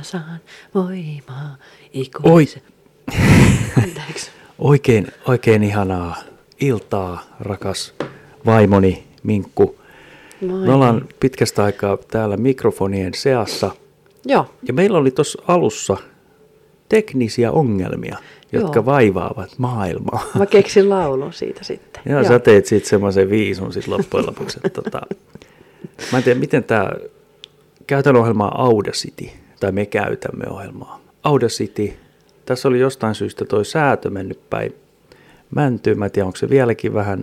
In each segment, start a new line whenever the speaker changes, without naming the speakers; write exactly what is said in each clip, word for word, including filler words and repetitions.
saan voimaa ikuisen. Anteeksi.
Oikein, oikein ihanaa iltaa, rakas vaimoni Minkku.
Moi.
Me ollaan pitkästä aikaa täällä mikrofonien seassa.
Joo.
Ja meillä oli tuossa alussa teknisiä ongelmia, jotka
Joo.
vaivaavat maailmaa.
Mä keksin laulun siitä sitten.
Joo, sä teit siitä semmoisen viisun sit loppujen lopuksi. tota, mä en tiedä, miten tää käytän ohjelmaa Audacity, tai me käytämme ohjelmaa Audacity. Tässä oli jostain syystä toi säätö mennyt päin mäntyyn. Mä en tiedä, onko se vieläkin vähän.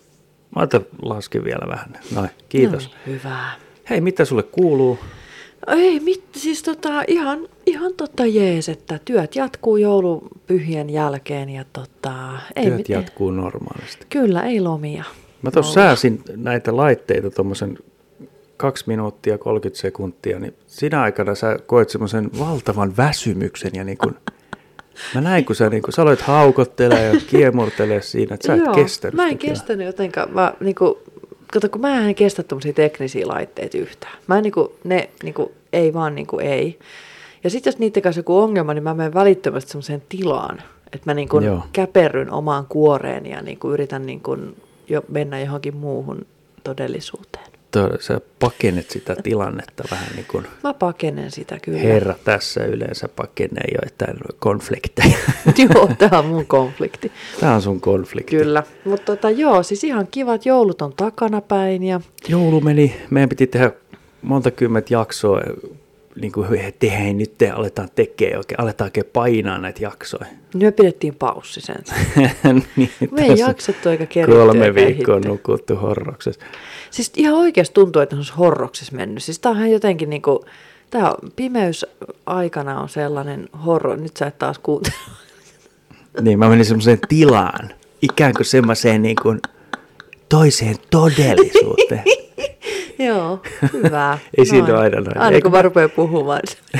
Mä ajattelin, laskin vielä vähän. Noin, kiitos.
No, hyvä.
Hei, mitä sulle kuuluu?
Ei, mit, siis tota, ihan, ihan totta jees, että työt jatkuu joulupyhien jälkeen ja tota... Ei
Työt
mitään.
jatkuu normaalisti.
Kyllä, ei lomia.
Mä tuossa sääsin näitä laitteita tuommoisen kaksi minuuttia kolmekymmentä sekuntia, niin siinä aikana sä koet semmoisen valtavan väsymyksen ja niin kun, mä näin, kun sä, niin kun, sä aloit haukottelemaan ja kiemurtelemaan siinä, että sä et
Joo,
kestänyt
mä en
sitä.
kestänyt jotenkaan, mä niinku... Kato, kun mä en kestä tommosia teknisiä laitteita yhtään. Mä en niinku, ne niinku, ei vaan niinku ei. Ja sit jos niiden kanssa joku ongelma, niin mä menen välittömästi semmoiseen tilaan, että mä niinku käperryn omaan kuoreen ja niinku yritän niinku jo mennä johonkin muuhun todellisuuteen.
Todella, sä pakenet sitä tilannetta vähän niin kuin
Mä pakenen sitä kyllä.
herra tässä yleensä pakenee joitain konflikteja.
Joo, tää on mun konflikti.
Tää on sun konflikti.
Kyllä, mutta tota, joo, siis ihan kivat joulut on takanapäin. Ja...
Joulu meni, meidän piti tehdä monta kymmentä jaksoa, niin kuin tehdään nyt te aletaan tekemään, oikein, aletaan oikein painaa näitä jaksoja.
Nyt me pidettiin paussi sen.
niin,
me ei jaksettu eikä keritty.
Kolme viikkoa nukuttu horroksessa.
Siis ihan oikeasti tuntuu, että on horroksessa mennyt. Siis tää on jotenkin niinku, tää pimeys aikana on sellainen horror. Nyt sä et taas kuuntele.
Niin, mä menin semmoiseen tilaan, ikään kuin semmoiseen niin kuin toiseen todellisuuteen.
Joo, hyvä.
Ei siinä ole aina noin.
Aina kun mä rupean puhumaan.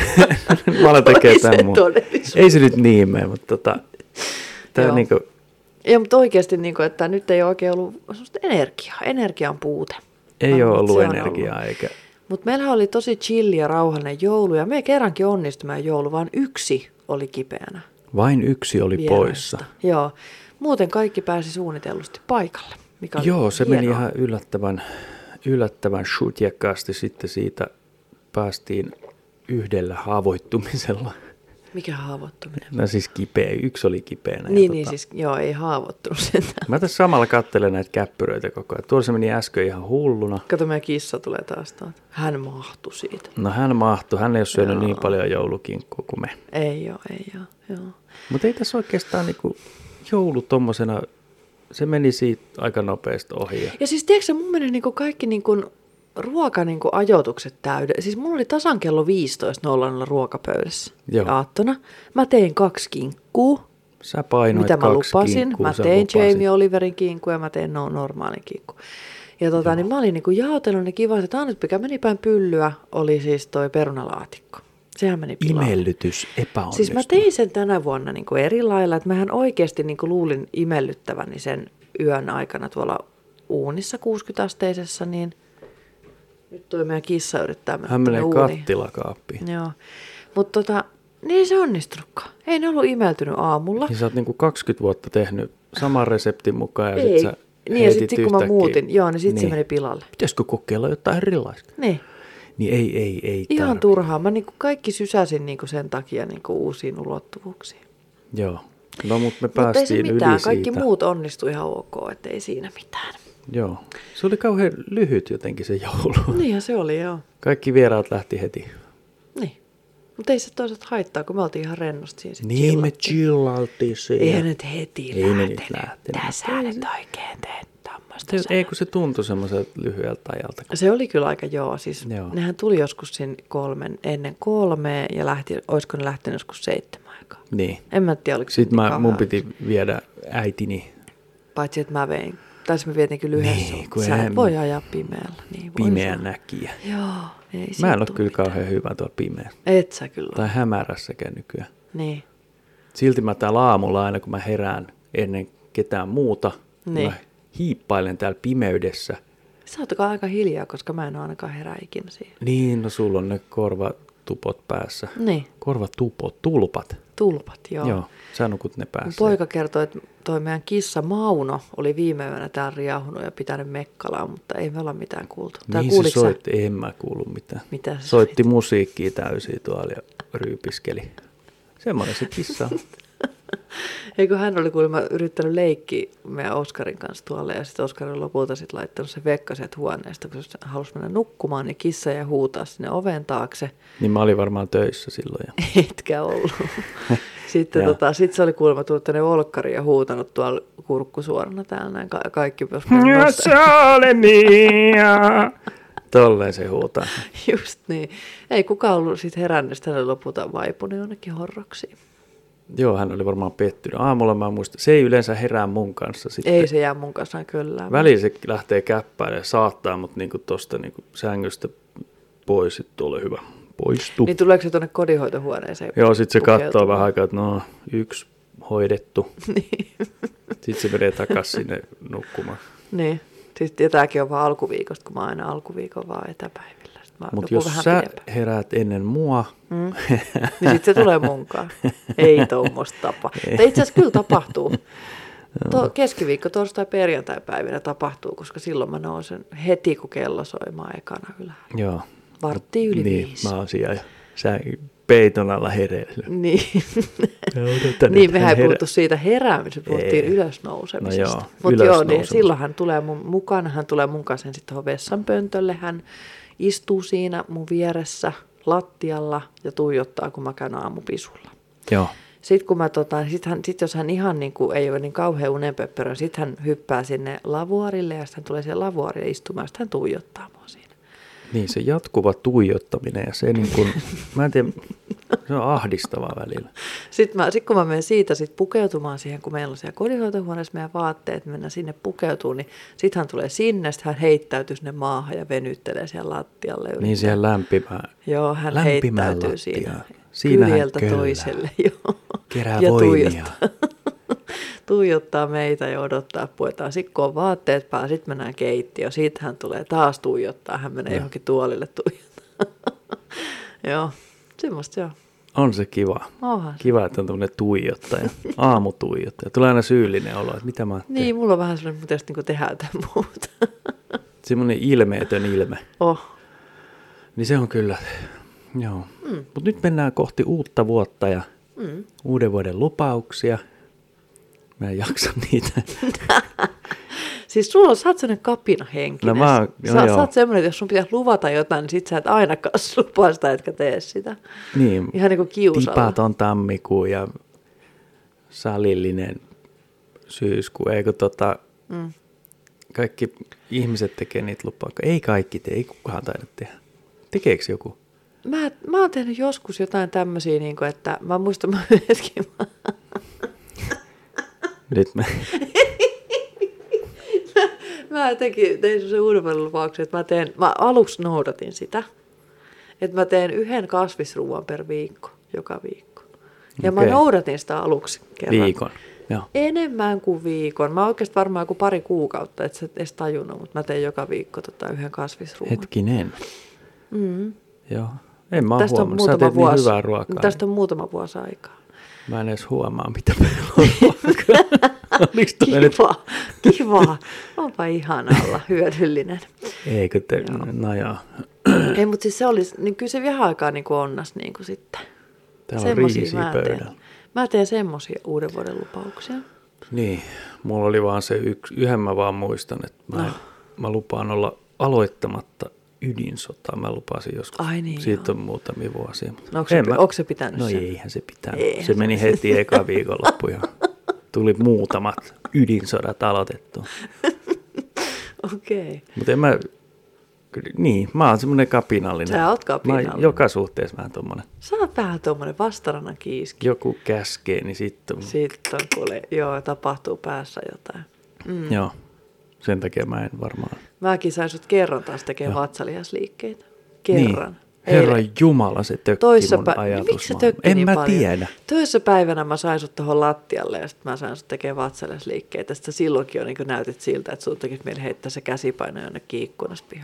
Mä alan tekemään tämän mun. Ei se nyt niin mene, mutta tota, tää on niinku.
Joo, mutta oikeasti, niin kuin, että nyt ei oikein ollut sellaista energiaa. Energian puute.
Ei
no,
ole ollut
on
energiaa
ollut.
eikä.
Mutta meillähän oli tosi chill ja rauhallinen joulu ja me kerrankin onnistumme joulu, vaan yksi oli kipeänä.
Vain yksi oli
vieraista.
Poissa.
Joo, muuten kaikki pääsi suunnitellusti paikalle. Mikä
Joo, se
hienoa.
meni ihan yllättävän, yllättävän shutjekkaasti. Sitten siitä päästiin yhdellä haavoittumisella.
Mikä haavoittuminen?
No siis kipeä, yksi oli kipeänä.
Niin,
tota,
niin siis joo, ei haavoittunut sentään.
Mä tässä samalla katselen näitä käppyröitä koko ajan. Tuolla se meni äsken ihan hulluna.
Kato, meidän kissa tulee taas tuolta. Hän mahtui siitä.
No hän mahtui. Hän ei ole syönyt
Joo.
niin paljon joulukinkkua kuin me.
Ei oo, ei oo, joo.
Mutta ei tässä oikeastaan niinku joulu tommosena, se meni siitä aika nopeasti ohi.
Ja siis tiedätkö mun meni niinku kaikki niinku ruoka niinku ajoitukset täyden. Siis mulla oli tasan kello viisitoista nolla nolla ruokapöydässä
Joo.
aattona. Mä tein kaksi kinkkua.
Sä painoit
mitä mä
kaksi
lupasin.
kinkkua,
Mä
sä
tein
lupasit.
Jamie Oliverin kinkku ja mä tein no, normaalin kinkku. Ja tota, niin mä olin niinku jaotellut ne kivat, että ainut mikä meni päin pyllyä oli siis toi perunalaatikko. Sehän meni pilalle.
Imellytys epäonnistui.
Siis mä tein sen tänä vuonna niinku eri lailla, että mähän oikeasti niinku luulin imellyttäväni sen yön aikana tuolla uunissa kuusikymmentä-asteisessa, niin nyt toi meidän kissa yrittää mennä
Hän menee
uuniin.
kattilakaappiin.
Joo, mutta tota, niin ei se onnistunutkaan. Ei ne ollut imeltynyt aamulla.
Niin sä oot niinku kaksikymmentä vuotta tehnyt saman reseptin mukaan ja
Ei.
sit sä
Niin ja
heitit
sitten kun mä
yhtäkkiä.
muutin, joo, niin sitten
niin.
se meni pilalle.
Pitäisikö kokeilla jotain erilaista?
Niin.
Niin ei, ei, ei
Ihan
tarvi.
turhaa. Mä niinku kaikki sysäsin niinku sen takia niinku uusiin ulottuvuuksiin.
Joo. No mutta me
Mutta ei se
päästiin
mitään.
yli
Kaikki
siitä.
muut onnistui ihan ok, ettei siinä mitään.
Joo. Se oli kauhean lyhyt jotenkin se joulu.
Niinhän se oli, joo.
Kaikki vieraat lähti heti.
Niin. Mutta ei se toisaalta haittaa, kun me oltiin ihan rennosti siinä sit
Niin me
chillattiin.
chillaltiin siinä.
Eihän nyt heti
Ei ne nyt
lähtenyt.
lähtenyt.
Tässä nyt oikein teet tämmöistä.
Se, ei kun se tuntui semmoiselta lyhyeltä ajalta.
Se oli kyllä aika joo. Siis
Joo.
nehän tuli joskus siinä kolmen, ennen kolmea ja lähti, olisiko ne lähtenyt joskus seitsemän aikaa.
Niin.
En mä tiedä, oliko se
Sitten mä,
kauhean.
mun piti viedä äitini
Paitsi, että mä vein. Tai me vietiin kyllä yhdessä.
Niin, kun
Sä
eihän-
et voi ajaa pimeällä. Niin voi
pimeän
saa.
näkijä.
Joo. Ei
Mä
siitä
en ole
tuu
kyllä
mitään.
kauhean hyvä tuolla pimeä.
Et sä kyllä.
Tai hämärässäkään nykyään.
Niin.
Silti mä täällä aamulla aina, kun mä herään ennen ketään muuta,
Niin.
mä hiippailen täällä pimeydessä.
Sä oot aika hiljaa, koska mä en ole ainakaan herää ikinä siihen.
Niin, no sulla on ne korvat korvatupot päässä.
Niin.
Korvatupot, tulpat.
Tulpat, joo.
Joo, sä nukut ne päässä.
Poika kertoi, että toi meidän kissa Mauno oli viime yönä täällä riahunut ja pitänyt mekkalaa, mutta ei me olla mitään kuultu.
Niin se soitti, en mä kuulu mitään.
Mitä se
soitti
soitti?
musiikkia täysin tuolla ja ryypiskeli. Semmoinen se kissa on.
Eikö hän oli kuulemma yrittänyt leikkiä meidän Oskarin kanssa tuolla ja sitten Oskar on lopulta sitten laittanut se vekka sieltä huoneesta, kun se halusi mennä nukkumaan, niin kissa jäi huutaa sinne oven taakse.
Niin mä olin varmaan töissä silloin. Ja...
Etkä ollut. Sitten tota, sit se oli kuulemma tullut tänne olkkariin ja huutanut tuolla kurkkusuorana täällä näin ka- kaikki.
Ja sole mia. Tolleen se huutaa.
Just niin. Ei kukaan ollut sitten herännyt, sitten hän lopulta vaipunut jonnekin horroksiin.
Joo, hän oli varmaan pettynyt. Aamulla mä muistan, se ei yleensä herää mun kanssa sitten.
Ei se jää mun kanssa kyllä.
Välillä se lähtee käppäille ja saattaa mut niinku tosta niinku sängystä pois, että ole hyvä. Poistu.
Niin tuleeko se tuonne kodinhoitohuoneeseen?
Joo, sit se katsoo vähän aikaa, että no yksi hoidettu.
Niin.
Sitten se menee takas sinne nukkumaan.
Niin. Sitten ja tämäkin on vaan alkuviikosta, kun mä aina alkuviikon vaan etäpäivillä.
Mutta jos sä pidempään. Heräät ennen mua...
Mm. niin sitten se tulee munkaan. Ei tuommoista tapa. Tai itse asiassa kyllä tapahtuu. To, keskiviikko, torstai, perjantai päivinä tapahtuu, koska silloin mä nousen heti, kun kello soimaan ekana ylhäällä.
Joo.
Varttiin yli
niin,
viisi.
Mä oon siellä sä peiton alla hereillä.
Niin. niin, mehän ei puhuttu siitä heräämisestä, puhuttiin ylösnousemisesta.
No joo,
Mutta joo, niin silloin hän tulee mun mukana, hän tulee mun kanssa sitten tuohon vessanpöntölle, hän istuu siinä mun vieressä lattialla ja tuijottaa, kun mä käyn aamupisulla.
Joo.
Sitten kun mä tota, sit hän, sit jos hän ihan niin kuin ei ole niin kauhean unenpöppörö, sitten hän hyppää sinne lavuarille ja sitten hän tulee siihen lavuarille istumaan ja sitten hän tuijottaa mua siinä.
Niin, se jatkuva tuijottaminen ja se niin kuin, mä en tiedä, se on ahdistavaa välillä.
Sitten mä, sit kun mä menen siitä sit pukeutumaan siihen, kun meillä on siellä kodinhoitohuoneessa meidän vaatteet, mennään sinne pukeutumaan, niin sitten hän tulee sinne, sitten hän heittäytyy sinne maahan ja venyttelee siellä lattialle. Yrittää.
Niin siihen lämpimään.
Joo, hän
lämpimään
heittäytyy
lattiaan.
siinä kyljeltä toiselle. Joo.
Kerää
ja
voimia.
Tuijottaa, tuijottaa meitä ja odottaa, puetaan. Sitten kun on vaatteet päällä, sitten mennään keittiöön. Sitten hän tulee taas tuijottaa, hän menee ja. johonkin tuolille tuijottaa. Joo, semmoista joo.
On se kiva.
Onhan
kiva, se. Että on tämmöinen tuijottaja, aamutuijottaja. Tulee aina syyllinen olo, että mitä mä teen.
Niin, mulla on vähän sellainen, että pitäisi niinku tehdä jotain muuta.
Semmoinen ilmeetön ilme.
Oh.
Niin se on kyllä, joo. Mm. Mutta nyt mennään kohti uutta vuotta ja mm. uuden vuoden lupauksia. Mä en jaksa niitä.
Siis sulla on, sä oot sellainen kapinahenkinen.
No mä, joo,
sä,
joo.
sä oot semmoinen, että jos sun pitäisi luvata jotain, niin sit sä et ainakaan lupaa sitä, etkä tee sitä.
Niin.
Ihan niin kuin kiusalla.
Tipaton tammikuu ja salillinen syyskuu. Eikö tota, mm. kaikki ihmiset tekee niitä lupauksia. Ei kaikki tee, ei kukaan taida tehdä. Tekeekö joku?
Mä, mä oon tehnyt joskus jotain tämmöisiä, niin kuin, että mä muistan mä myöskin.
Nyt mä...
mä jotenkin tein semmoisen uuden lupauksen, että mä, teen, mä aluksi noudatin sitä, että mä teen yhden kasvisruuan per viikko, joka viikko. Ja okay. Mä noudatin sitä aluksi kerran.
Viikon, joo.
Enemmän kuin viikon. Mä oikeastaan varmaan joku pari kuukautta, et sä et edes tajunnut, mutta mä tein joka viikko tota yhden kasvisruuan.
Hetkinen.
Mm.
Joo. En mä
tästä
huomannut. Sä teet
vuosi,
niin hyvää ruokaa.
Tästä on muutama vuosi aikaa.
Mä en edes huomaa, mitä meillä on ruokaa.
Kiva, nyt? kiva. Onpa ihana olla hyödyllinen.
Eikö te, no joo.
Ei, mutta siis se olisi, niin kyllä se vähän aikaa niin kuin onnas niin kuin sitten.
Täällä on riisi pöydällä.
Mä teen semmoisia uuden vuoden lupauksia.
Niin, mulla oli vaan se yksi, yhden mä vaan muistan, että mä, no. mä lupaan olla aloittamatta ydinsotaa. Mä lupasin joskus.
Ai niin,
siitä
joo.
on muutamia vuosia.
No, onko, se, mä... onko se pitänyt
No
sen?
eihän se pitänyt.
Eihän
se meni heti eka viikonloppu ja tuli muutamat ydinsodat aloitettua.
Okei. Okay.
Mutta en mä... Niin, mä oon semmoinen kapinallinen.
Sä oot kapinallinen.
Mä joka suhteessa vähän tommonen.
Sä oot vähän tommonen vastarannan kiiski.
Joku käskee, niin sitten on...
Sitten on kuule, joo, tapahtuu päässä jotain.
Mm. Joo, sen takia mä en varmaan...
Mäkin sain sut kerran taas tekemään vatsalihasliikkeitä. Kerran.
Niin. Herran Eilen. Jumala, se tökki Toissa mun pä- ajatus.
Miksi se tökki
en
niin
mä
paljon?
tiedä.
Toissa päivänä mä sain sut tuohon lattialle ja sitten mä sain sut tekemään vatsalihasliikkeitä. Sitten silloinkin jo niin näytit siltä, että sun tekisi meille heittää se käsipaino jonnekin ikkunasta pihalle.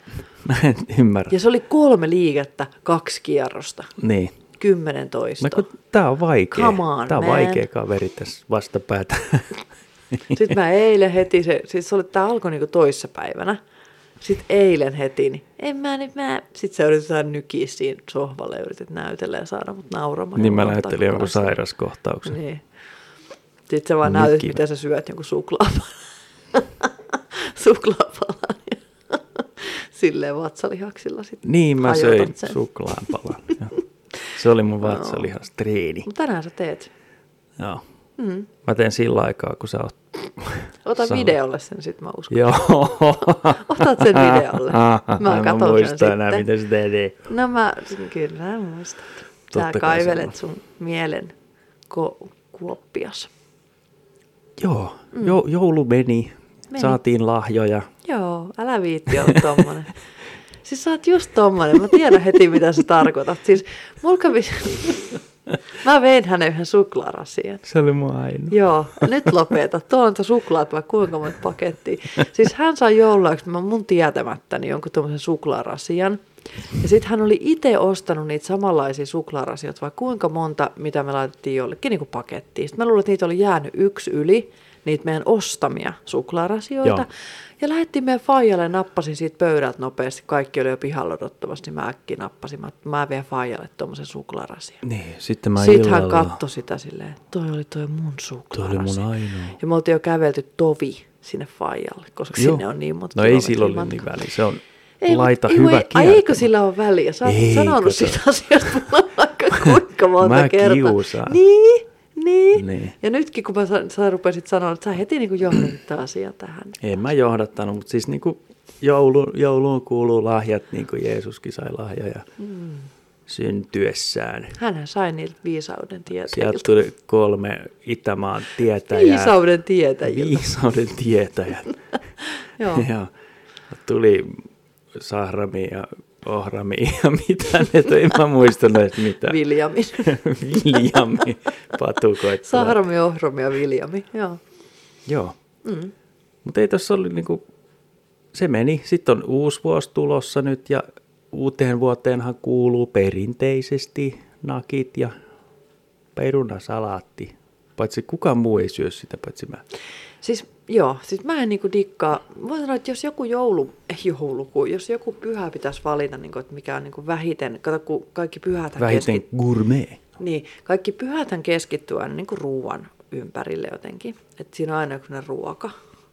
Mä en ymmärrä.
Ja se oli kolme liikettä, kaksi kierrosta.
Niin.
Kymmenen toistoa.
No, tää on vaikea.
Come on,
tää on
man.
vaikea kaveri tässä vastapäätä.
Sitten mä eilen heti, se, siis se oli, tää alkoi niinku toissapäivänä. Sitten eilen heti, niin en mä nyt mä. Sitten se yritetään nykiä siinä sohvalle, yritet näytellä ja saada mut nauramaan.
Niin mä näyttelin jonkun sairaskohtauksen.
Niin. Sitten sä vaan
Nykivä.
näytit, miten sä syöt jonkun suklaapalan. suklaapalan. Silleen vatsalihaksilla sitten.
Niin mä söin
sen.
suklaapalan. Se oli mun vatsalihastreeni.
Mutta tänään sä teet.
Joo.
Mm.
Mä teen sillä aikaa, kun sä oot...
Ota
sä...
videolle sen sit mä uskon.
Joo.
Otat sen videolle. Mä katon sen
muistan
sitten.
enää, miten se tehdään.
No mä, kyllä muistat. Sä
Totta kai
kaivelet
se
sun mielen ko- kuoppias.
Joo, mm. jo, joulu meni. meni. Saatiin lahjoja.
Joo, älä viitti olla tommonen. Siis sä oot just tommonen. Mä tiedän heti, mitä sä tarkoitat. Siis mulla kävi... Mä vein hänen yhden suklaarasian.
Se oli mun ainoa.
Joo, nyt lopeta. Tuolla on suklaat vai kuinka monta pakettia. Siis hän sai joululaiksi mun tietämättäni jonkun tuommoisen suklaarasian. Ja sitten hän oli itse ostanut niitä samanlaisia suklaarasioita, vai kuinka monta, mitä me laitettiin jollekin niin kuin pakettiin. Sitten mä luulen, että niitä oli jäänyt yksi yli, niitä meidän ostamia suklaarasioita. Joo. Ja lähdettiin meidän faijalle, nappasin siitä pöydältä nopeasti. Kaikki oli jo pihalla odottamassa, niin mä äkkiä nappasin. Mä, mä vien faijalle tuommoisen suklaarasian.
Niin, sitten mä
Sitten
illalla...
hän katsoi sitä silleen, toi oli toi mun suklaarasia.
Toi oli mun ainoa.
Ja me oltiin jo kävelty tovi sinne faijalle, koska Joo. sinne on niin monta.
No ei silloin ole niin väliä, se on...
Ei,
Laita
ei,
hyvä
ei, ai eikö sillä ole väliä? Sä oot sanonut sitä asiasta mulle vaikka kuinka monta
mä
kertaa.
Mä kiusaan.
Niin, niin,
niin.
Ja nytkin kun mä sa, sä rupesit sanoa, että sä heti niin johdatit tämä asia tähän.
En mä johdattanut, mutta siis niin kuin joulu, jouluun kuuluu lahjat, niin kuin Jeesuskin sai lahjoja mm. syntyessään.
Hänhän sai niiltä viisauden tietäjiltä.
Sieltä tuli kolme Itämaan tietäjää.
Viisauden tietäjiltä.
Viisauden tietäjät.
Joo.
Ja tuli Sahrami ja Ohrami ja mitä ne, en mä muista näistä mitään.
Viljami.
Viljami, patukoittavat.
Sahrami, Ohrami ja Viljami, joo.
Joo, mm. mutta ei tuossa oli niinku, se meni. Sitten on uusi vuosi tulossa nyt ja uuteen vuoteenhan kuuluu perinteisesti nakit ja perunasalaatti. Paitsi kukaan muu ei syö sitä, paitsi mä.
Siis joo, siis mä en niinku dikkaa. Voin sanoa, että jos joku joulu, ei joulukuu, jos joku pyhä pitäisi valita, niin kuin, että mikä on niinku vähiten, kato kun kaikki pyhäthän
vähiten
keskittyy.
gourmet.
Niin, kaikki pyhäthän keskittyy aina niinku ruoan ympärille jotenkin. Että siinä on aina joku ruoka.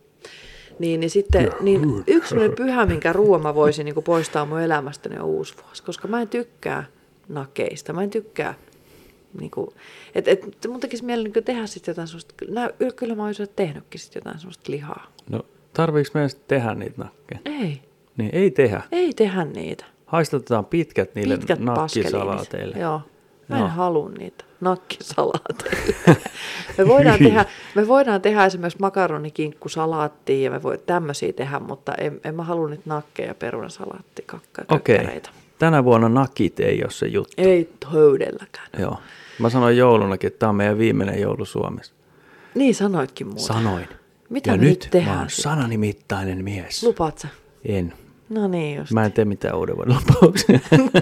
Niin, niin sitten niin yksi sellainen pyhä, minkä ruoan mä voisin niinku poistaa mun elämästäni on uusi vuosi, koska mä en tykkää nakeista, mä en tykkää. Niinku, et, et, mun tekisi mieli niinku tehdä sitten jotain semmoista, nää, kyllä mä olisin tehnytkin sitten jotain semmoista lihaa.
No tarviiko meidän sitten tehdä niitä nakkeja?
Ei.
Niin ei tehdä.
Ei tehdä niitä.
Haistatetaan pitkät niille
pitkät
nakkisalaateille.
Joo. Mä en
Joo.
halua niitä nakkisalaateille. me, voidaan tehdä, me voidaan tehdä esimerkiksi makaronikinkkusalaattia ja me voi tämmöisiä tehdä, mutta en, en mä halua niitä nakkeja, perunasalaattia, kakkaa, kakkareita.
Okei. Tänä vuonna nakit ei ole se juttu.
Ei höydelläkään.
Joo. Mä sanoin joulunakin, että tämä on meidän viimeinen joulu Suomessa.
Niin sanoitkin muuten.
Sanoin.
Mitä
ja
me
nyt
nyt tehdään?
mä oon sananimittainen mies.
Lupaat sä?
En.
No niin just.
Mä en tee mitään uuden vuoden lupauksia.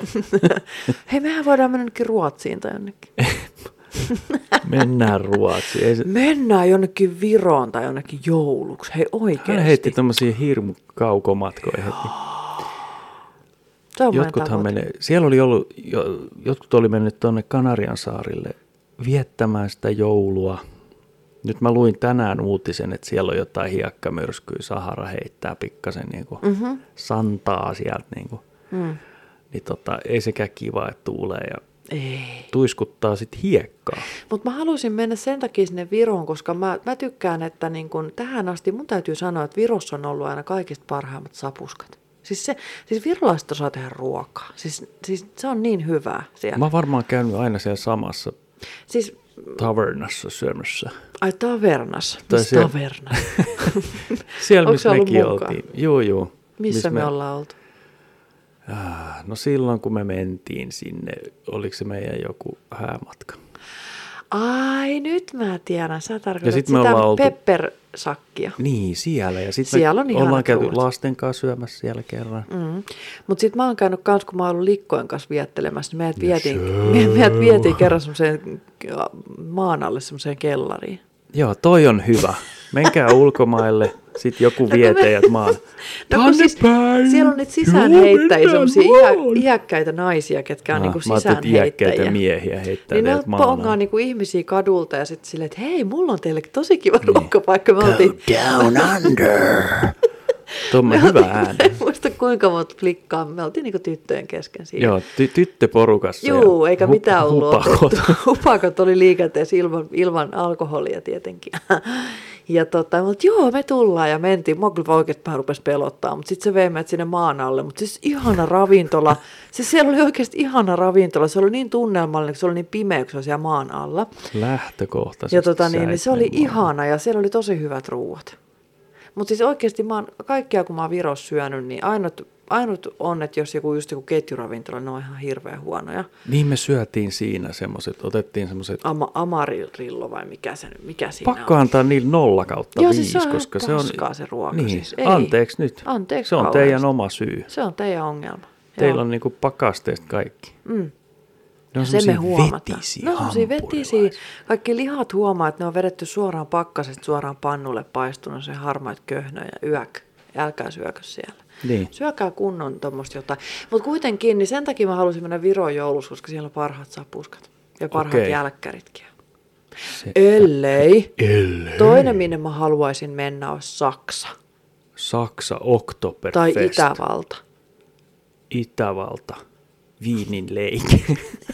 Hei, mehän voidaan mennä jonnekin Ruotsiin tai jonnekin.
Mennään Ruotsiin. Ei se...
Mennään jonnekin Viroon tai jonnekin jouluksi. Hei oikeesti.
Hän heitti tommosia hirmu kaukomatkoja heti. Jotkuthan menee, siellä oli ollut, jo, jotkut oli mennyt tuonne Kanarian saarille viettämään sitä joulua. Nyt mä luin tänään uutisen, että siellä on jotain hiekkamyrskyä, Sahara heittää pikkasen niin kuin mm-hmm. santaa sieltä. Niin, kuin. Mm. Niin tota, ei sekään kiva, että tuulee ja ei. Tuiskuttaa sitten hiekkaa.
Mutta mä haluaisin mennä sen takia sinne Viroon, koska mä, mä tykkään, että niin kun tähän asti mun täytyy sanoa, että Virossa on ollut aina kaikista parhaimmat sapuskat. Siis, se, siis virolaiset osaa tehdä ruokaa. Siis, siis se on niin hyvää siellä.
Mä oon varmaan käynyt aina siellä samassa
siis,
tavernassa syömässä.
Ai tavernassa? Missä
siellä...
tavernassa?
Siellä, missä mekin oltiin. Joo, joo.
Missä
Miss
me,
me
ollaan oltu?
Ah, no silloin, kun me mentiin sinne, oliko se meidän joku häämatka?
Ai, nyt mä tiedän. Sä tarkoitat
ja sit
sitä
oltu...
pepper, sakkia.
Niin, siellä. Ja sitten
Siellä on
me ollaan
ihanat
käyty
ruuat.
lasten kanssa syömässä siellä kerran.
Mm. Mutta sitten mä oon käynyt kans, kun mä oon ollut likkojen kanssa viettelemässä, niin meidät vietiin, me, meidät vietiin kerran semmoiseen maan alle semmoiseen kellariin.
Joo, toi on hyvä. Menkää ulkomaille, sitten joku vie teidät maan.
No, kun siis, siellä on niitä sisäänheittäjiä, semmoisia iäkkäitä naisia, ketkä on
Ah,
niinku
mä ajattelin, että iäkkäitä
sisäänheittäjiä.
miehiä heittää
Niin ne
teidät maan alle.
pongaa niinku ihmisiä kadulta ja sitten silleen, että hei, mulla on teille tosi kiva ruokapaikka. Me oltiin,
Down under. Tuommoinen hyvä ääni.
en muista kuinka monta flikkaa, me oltiin niinku tyttöjen kesken siinä.
Joo, ty- tyttöporukassa.
Juu, eikä
hu-
mitään ollut
hupakot.
otettu. Hupakot oli liikenteessä ilman, ilman alkoholia tietenkin. Ja tota, mutta joo, me tullaan ja mentiin. Mua kyllä oikeasti vähän rupesi pelottaa, mutta sitten se vei meidät sinne maan alle. Mutta siis ihana ravintola. Siis siellä oli oikeasti ihana ravintola. Se oli niin tunnelmallinen, kun se oli niin pimeä, kun se oli siellä maan alla.
Lähtökohtaisesti.
Ja tota, niin, niin se oli
säit mennä.
ihana ja siellä oli tosi hyvät ruuat. Mutta siis oikeasti mä oon, kaikkia kun mä oon Virossa syönyt, niin ainut, ainut on, että jos joku, just joku ketjuravintola, ne on ihan hirveän huonoja.
Niin me syötiin siinä semmoiset, otettiin semmoiset.
Ama, Amarillo vai mikä, se, mikä siinä
Pakko
on?
antaa niillä nolla kautta
Joo,
viisi,
siis se on
koska se on.
paskaa se ruoka.
Niin,
Siis. Ei.
anteeksi nyt.
Anteeksi
se on
kauheasti.
teidän oma syy.
Se on teidän ongelma.
Teillä
Joo.
on niinku pakasteista kaikki.
Mm.
Ne on
Se me
semmosia
huomataan.
vetisiä
Ne on semmosia vetisiä.
hampurilaisia.
Kaikki lihat huomaa, että ne on vedetty suoraan pakkasesta, suoraan pannulle paistunut se harmaat köhnö ja yök. Älkää syökö siellä.
Niin.
Syökää kunnon tuommoista jotain. Mutta kuitenkin, niin sen takia mä halusin mennä Viroon joulussa, koska siellä on parhaat sapuskat. Ja parhaat
Okei.
jälkkäritkin.
Se,
Ellei.
ellei.
Toinen, minne mä haluaisin mennä, olisi Saksa.
Saksa Oktoberfest.
Tai Itävalta.
Itävalta. Viinin leike.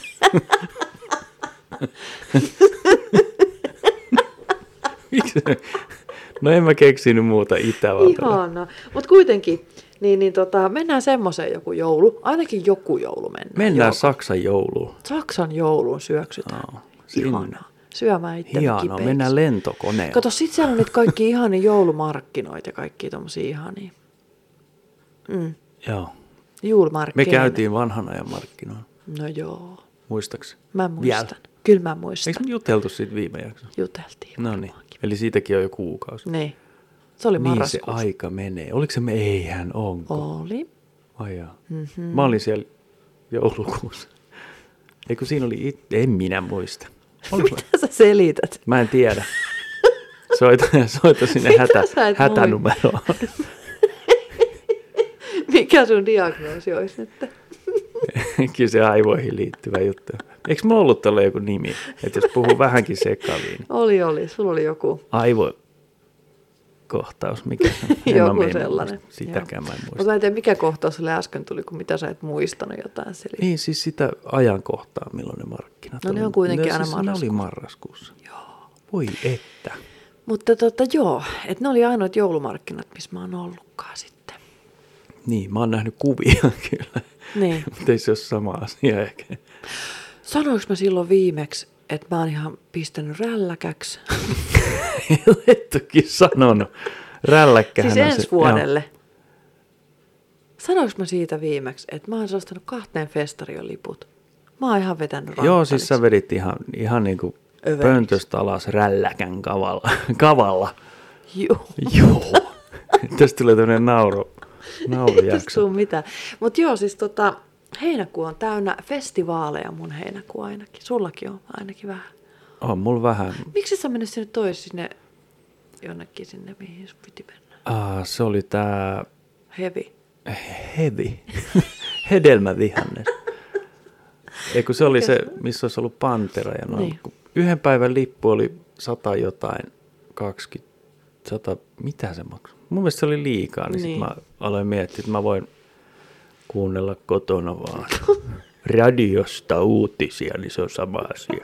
Miksi? No en mä keksinyt muuta Itävalta.
Ihana. Mutta kuitenkin, niin, niin tota, mennään semmoiseen joku joulu. Ainakin joku joulu mennään.
Mennään
Joka.
Saksan jouluun.
Saksan jouluun syöksytään.
Joo, sinne.
Ihanaa. Syömään itteni
Hienoa,
kipeäksi.
mennään lentokoneella.
Kato, sit siellä on niitä kaikki ihania joulumarkkinoita ja kaikki tommosia ihania. Mm.
Joo. Me
Juulmarkkinoita.
käytiin vanhan ajan markkinoilla.
No joo.
Muistaaks?
Mä muistan.
Vielä.
Kyllä mä muistan.
Eikö me juteltu siitä viime jaksossa?
Juteltiin.
No niin.
varmaankin.
Eli siitäkin on jo kuukausi.
Niin. Se oli
Niin se
marraskuussa.
aika menee. Oliko se me? Eihän onko.
Oli.
Ai jaa.
Mm-hmm.
Mä olin siellä joulukuussa. Eikö siinä oli it... En minä muista. Oliko mä?
Mitä sä selität?
Mä en tiedä. Soita, soita sinne
Mitä
hätä,
sä et
hätänumeroon.
Mikä sun diagnoosi olisi nyt?
Kyllä se aivoihin liittyvä juttu. Eikö mulla ollut tällä joku nimi? Että jos puhuu vähänkin sekaviin.
Oli, oli. Sulla oli joku.
Aivokohtaus, mikä se on? En
Joku
mä meinaa
sellainen.
muista. Sitäkään mä en
Mutta
muista.
mä en tiedä, mikä kohtaus sulle äsken tuli, kun mitä sä et muistanut jotain selittää.
Niin, siis sitä ajankohtaa, milloin ne markkinat
No ne
oli.
on kuitenkin
no,
aina
siis ne oli
marraskuussa.
marraskuussa. Joo. Voi että.
Mutta tota, joo, että ne oli ainoat joulumarkkinat, missä mä oon ollutkaan sitten.
Niin, mä oon nähnyt kuvia kyllä.
Niin.
Mutta ei se ole sama asia ehkä.
Sanoinko mä silloin viimeksi, että mä oon ihan pistänyt rälläkäksi?
Et toki sanonut. Rälläkkähän
Siis
on
ensi
se-
vuodelle. Sanoinko mä siitä viimeksi, että mä oon ostanut kahteen festarion liput? Mä oon ihan vetänyt
Joo,
ranttaliksi.
siis sä vedit ihan, ihan niin kuin
Överiksi.
pöntöstä alas rälläkän kavalla. kavalla.
Joo.
Joo. Tästä tulee tämmöinen nauru,
Ei
naurujakso.
tästä tuu mitään. Mutta joo, siis tota, heinäkuu on täynnä festivaaleja mun heinäkuu ainakin. Sullakin on ainakin vähän.
On mulla vähän.
Miksi sä mennyt sinne tois sinne jonnekin sinne, mihin sun piti mennä?
Ah, se oli tää
Hevi.
hevi. Hedelmävihannes. Eikö se oli se, missä olisi ollut pantera. Ja noin.
Niin.
Kun yhden päivän lippu oli sata jotain, kaksikymmentä, sata, mitä se maksoi? Mun mielestä se oli liikaa, niin,
Niin.
sit mä aloin miettiä, että mä voin kuunnella kotona vaan radiosta uutisia, niin se on sama asia.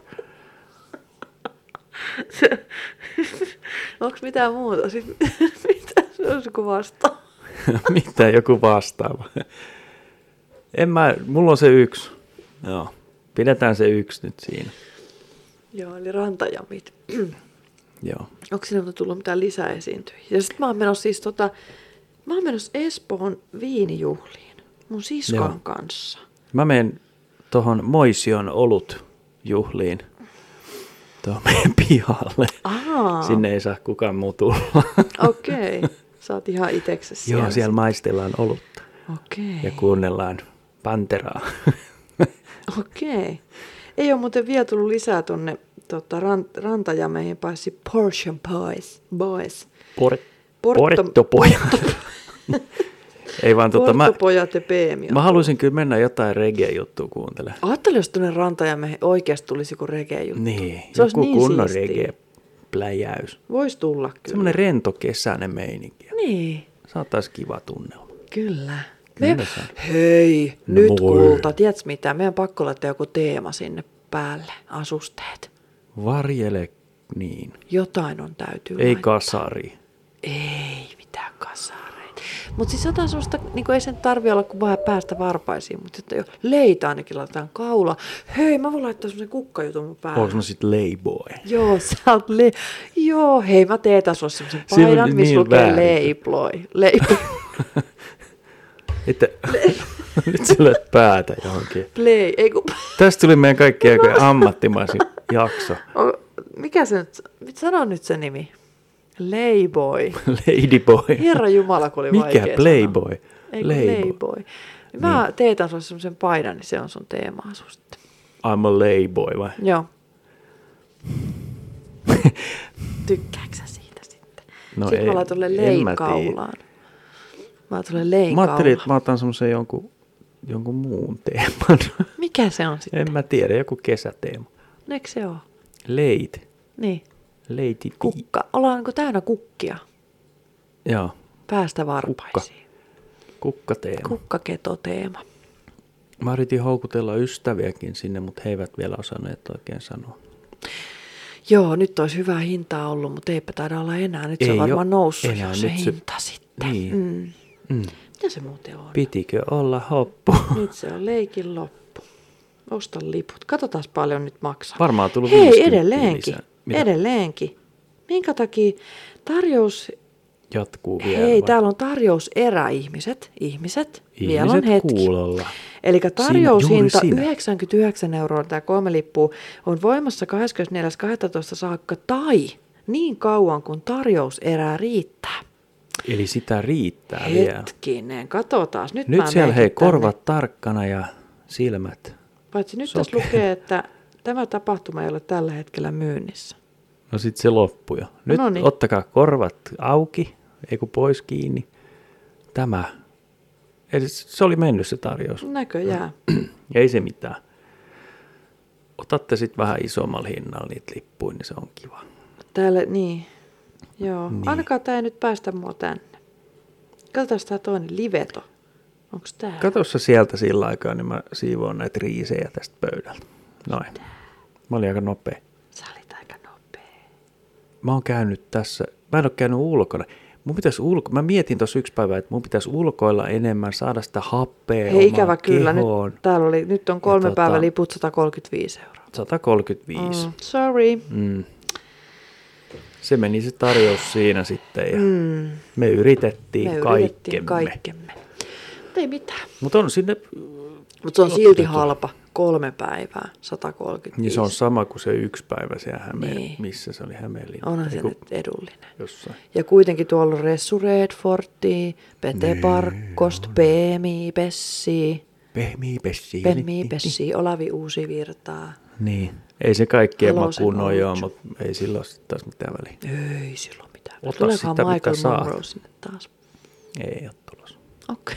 Onko mitään muuta? Siis, mitä se on kun vastaa?
Mitä joku vastaava? En mä, mulla on se yksi. Joo. Pidetään se yksi nyt siinä.
Joo, eli rantajamit.
Joo.
Onko sinulta tullut mitään lisäesiintyjiä? Ja sitten mä oon menossa siis tota, mä oon menossa Espoon viinijuhliin mun siskon
Joo.
kanssa.
Mä menen tohon Moision olut juhliin. tuohon meidän pihalle.
Aa.
Sinne ei saa kukaan muu tulla.
Okei, okay. Sä oot ihan iteksesi siellä.
Joo, siellä maistellaan olutta.
Okei.
Ja kuunnellaan Panteraa.
Okei. Okay. Ei ole muuten vielä tullut lisää tuonne tota, rant, rantajameihin paitsi Porsche Boys. Boys.
Por,
Porto,
Porttopojat. Ei vaan tota, mä,
Porttopojat ja P M.
mä haluaisin kyllä mennä jotain reggae-juttua kuuntelemaan.
Ajattelin, jos tuonne rantajameihin oikeasti tulisi joku reggae-juttu.
Niin,
se
joku
niin
kunnon
siistiä.
reggae-pläjäys.
Voisi tulla kyllä.
Semmoinen rento kesäinen meininki.
Niin.
Saatais kiva tunnelma.
Kyllä.
Kyllä
Me...
se on.
Hei,
No
nyt
voi.
kulta. Tiedätkö mitä? Meidän pakko laittaa joku teema sinne päälle. Asusteet.
Varjele niin.
Jotain on täytyy
Ei
laittaa.
kasari.
Ei mitään kasareita. Mutta siis jotain sellaista, niin ei sen tarvi olla kuin vaan päästä varpaisiin, mutta että jo leitä ainakin laitetaan kaula. Hei, mä voin laittaa semmoisen kukkajutun mun päälle.
Onko mä sit layboy?
Joo, sä oot le... Joo, hei, mä teetän sulle semmoisen
Siinä on
paidan, missä
niin
lukee
väärin.
leiploy. Leiploy.
Että nyt sä löt päätä johonkin.
Play, ei kun...
Tästä tuli meidän kaikkien aikojen ammattimaisin jakso.
O, mikä se nyt, sano nyt se nimi. Layboy.
Ladyboy.
Herra Jumala, kun oli
Mikä
vaikea
playboy?
sanoa. Ei kun
Layboy.
Layboy. Mä niin. teetän sulle semmoisen paidan, niin se on sun teema-asu sitten.
I'm a layboy vai?
Joo. Tykkääksä siitä sitten?
No
sitten
ei,
mä laitan
en
lein
mä
kaulaan. Mä laitan lein
Mä ajattelin, että
kaulaan.
mä otan semmoisen jonkun, jonkun muun teeman.
Mikä se on sitten?
En mä tiedä, joku kesäteema.
Eikö se ole?
Leit.
Niin.
Leiti.
Kukka. Ollaan niin kuin täynnä kukkia.
Joo,
Päästä varpaisiin.
kukkateema.
Kukkaketoteema.
Mä yritin houkutella ystäviäkin sinne, mutta he eivät vielä osanneet oikein sanoa.
Joo, nyt olisi hyvää hintaa ollut, mutta eipä taida olla enää. Nyt se
Ei
on varmaan
oo
noussut
enää,
jo se
nyt se-
hinta sitten.
Niin.
Mm.
Mm.
Mitä se muuten on?
Pitikö olla hoppu?
Nyt se on leikin loppu. Osta liput. Katsotaan paljon nyt maksaa.
Varmaan tullut
Hei,
viisikymmentä
edelleenkin.
lisää. Mitä?
Edelleenkin. Minkä takia tarjous...
Jatkuu vielä.
Hei,
vai?
täällä on tarjouserä ihmiset. Ihmiset. Vielä on
Ihmiset
hetki.
kuulolla.
Eli tarjoushinta
juuri sinä.
yhdeksänkymmentäyhdeksän euroa tämä kolme lippua on voimassa kahdeskymmenesneljäs kahdestoista saakka tai niin kauan kuin tarjouserää riittää.
Eli sitä riittää vielä.
Hetkinen, katsotaan. Nyt,
Nyt
mä
siellä
meenkin
hei
tänne.
korvat tarkkana ja silmät.
Paitsi nyt tässä
sokeat.
lukee, että tämä tapahtuma ei ole tällä hetkellä myynnissä.
No sit se loppui jo. Nyt
Noniin.
ottakaa korvat auki, ei kun pois kiinni. Tämä. Eli se oli mennyt se tarjous.
Näköjään.
Ei se mitään. Otatte sitten vähän isommalla hinnalla niitä lippuja, niin se on kiva.
Täällä, niin. Joo.
Niin.
Ainakaan tämä ei nyt päästä mua tänne. Katsotaan tämä toinen liveto. Onko tämä?
Katossa sieltä sillä aikaa, niin mä siivoon näitä riisejä tästä pöydältä. Noin. Mä olin aika nopea.
Sä olit aika nopea.
Mä oon käynyt tässä, mä en ole käynyt ulkona. Mun pitäisi ulko, mä mietin tuossa yksi päivä, että mun pitäisi ulkoilla enemmän, saada sitä happea
Hei,
omaan
ikävä kyllä. Nyt,
kehoon.
täällä oli, nyt on kolme
tota-
päivän liput sata kolmekymmentäviisi euroa.
sata kolmekymmentäviisi.
Mm, sorry.
Mm. Se meni se tarjous siinä sitten ja
Mm.
me yritettiin
Me
kaikkemme.
yritettiin kaikkemme. Mutta ei mitään.
Mutta on sinne,
Mutta se on silti
Otettu.
halpa. Kolme päivää, sata kolmekymmentäviisi.
niin se on sama kuin se yksi päivä siellä Hämeen,
Niin.
missä se oli Hämeenlinna.
Onhan se
Eiku-
nyt edullinen.
Jossain.
Ja kuitenkin tuolla on Ressu Redforti, Pete Parkkost, P M I Pessi,
Pehmii pessi.
P M I Pessi, Olavi Uusi Virtaa.
Niin. Ei se kaikkien
Halosen
makuun ole joo,
Oulussa.
mutta ei sillä ole sitten taas mitään väliä.
Ei silloin mitään.
Ota
Tuleekohan
sitä, mitä
Michael
saat.
Monroe sinne taas?
Ei ole tulossa.
Okei.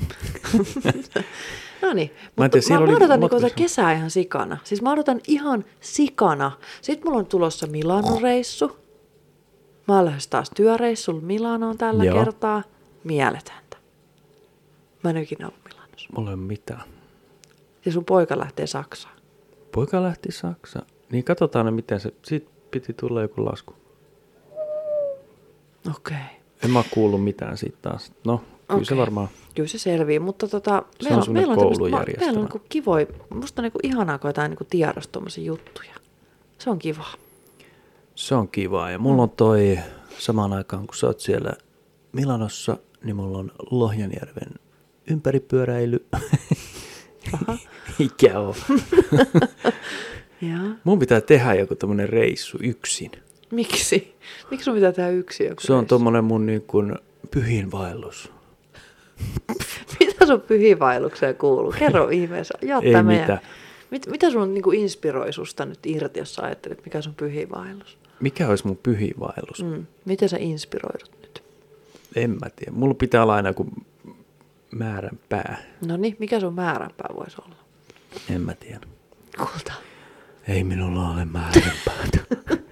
No niin,
Mä en
mutta
tiedä, siellä
mä,
oli
mä odotan
monta-
niinku tätä kesää ihan sikana. Siis mä odotan ihan sikana. Sitten mulla on tulossa Milano-reissu. Mä oon lähes taas työreissulla Milanoon tällä
Joo.
kertaa. Mieletöntä. Mä en ole ikinä ollut Milanossa.
Mulla ei ole mitään.
Ja sun poika lähtee Saksaan.
Poika lähti Saksaan. Niin katsotaan ne, miten se, siitä piti tulla joku lasku.
Okei.
En mä kuullut mitään siitä taas. No, kyllä
Okei.
se varmaan.
Kyllä se selvii, mutta tota,
Se
meillä
on
on,
semmoinen
meillä on, tämmöistä-
koulun
ma-
järjestämä.
meillä on niinku kivoja, musta on niinku ihanaa, kun jotain niinku tiedosta tommosia juttuja. Se on kiva.
Se on kivaa. Ja mulla on toi samaan aikaan, kun sä oot siellä Milanossa, niin mulla on Lohjanjärven ympäripyöräily.
Aha.
Ikä on.
Jaa.
Mun pitää tehdä joku tämmönen reissu yksin.
Miksi? Miksi sun pitää tehdä yksin joku
Se on
reissu?
tommonen mun niin kuin pyhiinvaellus.
Mitä sun pyhiinvaellukseen kuuluu? Kerro ihmeessä.
Ei
meidän...
mitään.
Mit, mitä sun niin kuin inspiroi susta nyt irti, jos sä ajattelet, mikä on sun pyhiinvaellus?
Mikä olisi mun pyhiinvaellus?
Mm. Miten sä inspiroidut nyt?
En mä tiedä. Mulla pitää olla aina kuin määränpää.
No niin, mikä sun määränpää voisi olla?
En mä tiedä.
Kulta.
Ei minulla ole määränpäätä.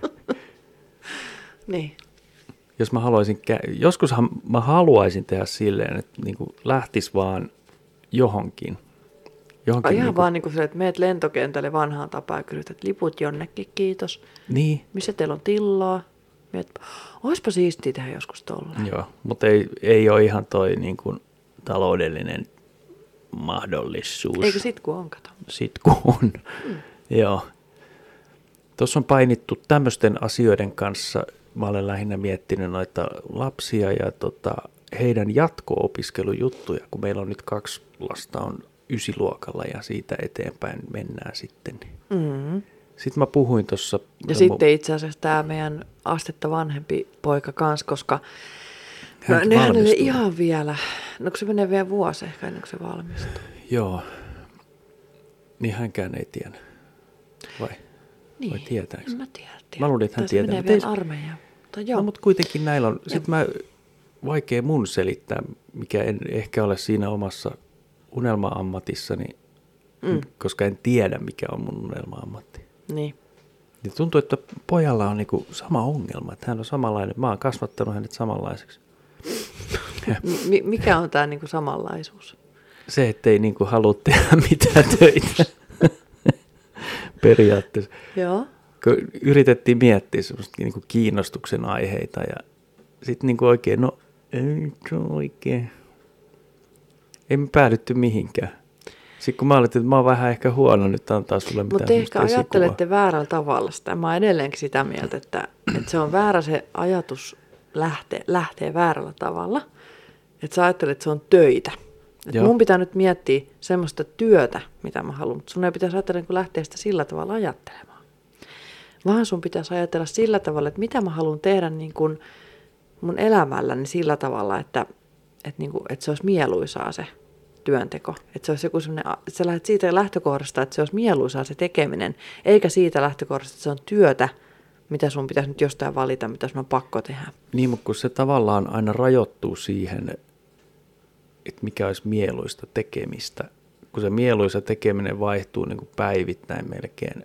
Niin.
Jos mä haluaisin, kä- joskushan mä haluaisin tehdä silleen, että niinku lähtis vaan johonkin. johonkin
Ai ihan
niinku,
vaan niin kuin se, että meet lentokentälle vanhaan tapaan ja kysyt, että liput jonnekin, kiitos.
Niin,
Missä teillä on tilaa? Miet, oispa siistiä tehdä joskus tolleen.
joo, mutta ei, ei ole ihan toi niinku taloudellinen mahdollisuus.
Eikö sit kun on, kato?
Sit kun on, mm. joo. Tuossa on painittu tämmöisten asioiden kanssa. Mä olen lähinnä miettinyt noita lapsia ja tota, heidän jatko-opiskelujuttuja, kun meillä on nyt kaksi lasta on ysiluokalla ja siitä eteenpäin mennään sitten.
Mm-hmm.
Sitten mä puhuin tuossa.
Ja
mu-
sitten itse asiassa tämä meidän astetta vanhempi poika kanssa, koska no,
hänkin
ne hänelle
valmistuu.
ihan vielä, no kun se menee vielä vuosi ehkä ennen kuin se valmistuu.
Joo, niin hänkään ei tiedä. Vai?
Niin,
Vai tietääkö?
en mä tiedä.
Mä luulin, että hän
Tai se
tietää,
menee
mutta
vielä
ei-
armeijaan. Mutta joo.
No, mutta kuitenkin näillä on. Sitten mä, vaikea mun selittää, mikä en ehkä ole siinä omassa unelma-ammatissani,
Mm.
koska en tiedä, mikä on mun unelma-ammatti.
Niin.
Niin tuntuu, että pojalla on niinku sama ongelma, että hän on samanlainen. Mä oon kasvattanut hänet samanlaiseksi.
Mi- mikä on tämä niinku samanlaisuus?
Se, ettei niinku halua tehdä mitään töitä. Periaatteessa.
Joo.
Kun yritettiin miettiä semmoista niinku kiinnostuksen aiheita ja sitten niinku oikein, no ei nyt ole oikein. Ei me päädytty mihinkään. Sitten kun mä olin, että mä oon vähän ehkä huono nyt antaa sulle mitään
Mutta ehkä
semmoista esikuvaa.
ajattelette väärällä tavalla sitä. Mä oon edelleenkin sitä mieltä, että, että se on väärä se ajatus lähtee, lähtee väärällä tavalla. Että sä ajattelet, että se on töitä. Että
Joo.
mun pitää nyt miettiä semmoista työtä, mitä mä haluan. Mutta sun ei pitäisi ajatella niin lähteä sitä sillä tavalla ajattelemaan. Vaan sun pitäisi ajatella sillä tavalla, että mitä mä haluan tehdä niin kuin mun elämälläni sillä tavalla, että, että, niin kuin, että se olisi mieluisaa se työnteko. Että se olisi joku semmoinen, että sä lähdet siitä lähtökohdasta, että se olisi mieluisaa se tekeminen, eikä siitä lähtökohdasta, että se on työtä, mitä sun pitäisi nyt jostain valita, mitä sun on pakko tehdä.
Niin, mutta kun se tavallaan aina rajoittuu siihen, että mikä olisi mieluista tekemistä. Kun se mieluisa tekeminen vaihtuu niin kuin päivittäin melkein,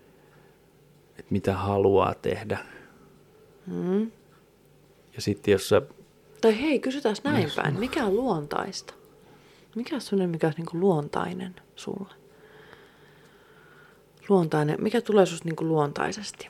että mitä haluaa tehdä.
Mm.
Ja sitten jos sä,
Tai hei, kysytään näin päin, mikä on luontaista? Mikä on sellainen, mikä on niin kuin luontainen sulle? Luontainen, mikä tulee susta niin kuin luontaisesti?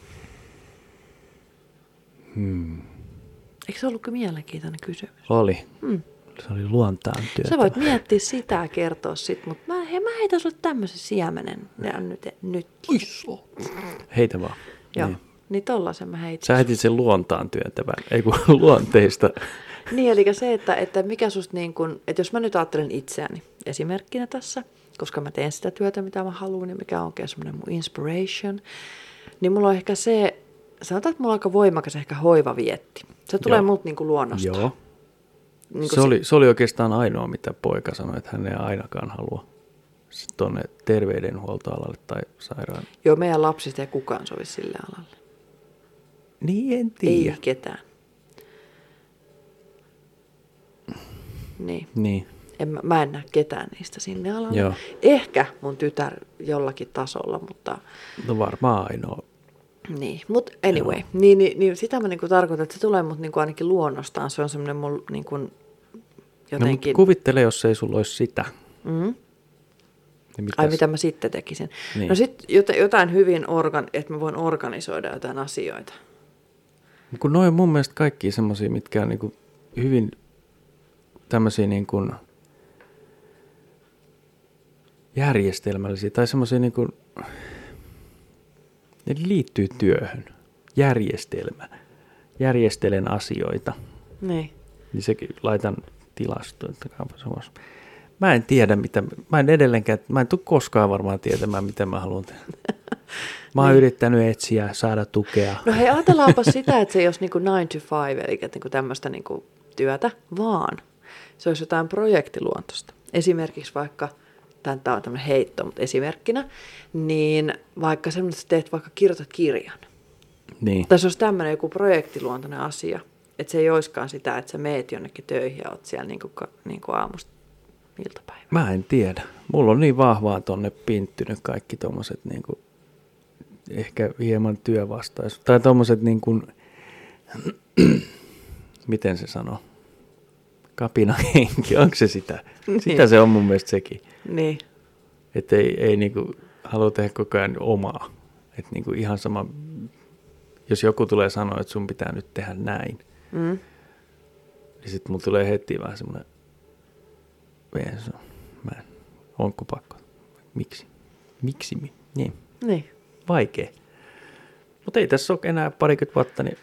hmm,
Eikö se ollutkin mielenkiintoinen kysymys?
oli,
Hmm.
se oli luontaan työtä.
Sä voit miettiä sitä ja kertoa sit, mutta mä, hei, mä heitän sulle tämmöisen siemenen. Ja nyt, nyt.
Iso. Heitä vaan.
Joo,
Niin.
niin tollasen mä heitin.
Sä heitit sen luontaan työntävän, ei kun luonteista.
Niin, eli se, että, että mikä susta niin kun, että jos mä nyt ajattelen itseäni esimerkkinä tässä, koska mä teen sitä työtä, mitä mä haluan, niin mikä on oikein semmoinen mun inspiration, niin mulla on ehkä se, sanotaan, että mulla on aika voimakas ehkä hoivavietti. Se tulee
Joo.
multa niin kuin luonnosta.
Joo.
Niin
Se oli, se oli oikeastaan ainoa, mitä poika sanoi, että hän ei ainakaan halua tuonne terveydenhuoltoalalle tai sairaan.
Joo, meidän lapsista ei kukaan sovi sille alalle.
Niin, en
Ei
tiedä.
ketään. Niin.
Niin,
En, mä, mä en näe ketään niistä sinne alalle.
joo.
Ehkä mun tytär jollakin tasolla, mutta
No varmaan ainoa.
niin. Mut anyway, niin, niin, niin sitä mä niinku tarkoitan, että se tulee mut niinku ainakin luonnostaan. Se on semmoinen mun niinku
No,
jotenkin...
mutta kuvittele, jos ei sulla olisi sitä.
mm,
Niin mitäs?
ai mitä mä sitten tekisin.
Niin.
No sit jotain hyvin, organ, että mä voin organisoida jotain asioita.
Kun noi on mun mielestä kaikki semmosia, mitkä on niinku hyvin tämmöisiä niinku järjestelmällisiä tai semmoisia niinku, ne liittyy työhön. Järjestelmä. Järjestelen asioita.
Niin.
Niin sekin laitan tilastoon. Että kaupas ulos. Mä en tiedä mitä, mä en edelleenkään, mä en tule koskaan varmaan tietämään mitä mä haluan tehdä. Mä oon
Niin.
yrittänyt etsiä, saada tukea.
No hei, ajatellaanpa sitä, että se ei olisi niin kuin nine to five, eli niin kuin tämmöistä niin kuin työtä, vaan se olisi jotain projektiluontoista. Esimerkiksi vaikka, tämä on tämmöinen heitto, mutta esimerkkinä, niin vaikka semmoinen, että teet vaikka kirjoitat kirjan.
Niin.
Tai se olisi tämmöinen joku projektiluontoinen asia, että se ei olisikaan sitä, että sä meet jonnekin töihin ja oot siellä niin kuin, niin kuin aamusta iltapäivään.
Mä en tiedä. Mulla on niin vahvaa tonne pinttynyt kaikki tommoset niinku, ehkä hieman työvastaisuus. Tai tommoset niin kuin, miten se sanoo? Kapinahenki, onko se sitä?
Niin.
Sitä se on mun mielestä sekin.
Niin.
Että ei, ei niinku halua tehdä koko ajan omaa. Että niinku ihan sama, jos joku tulee sanoa, että sun pitää nyt tehdä näin,
Mm.
niin sitten mulla tulee heti vähän semmoinen, mä en, onko pakko? Miksi? Miksi? Niin.
Niin.
Vaikea. Mutta ei tässä ole enää parikymmentä vuotta, niin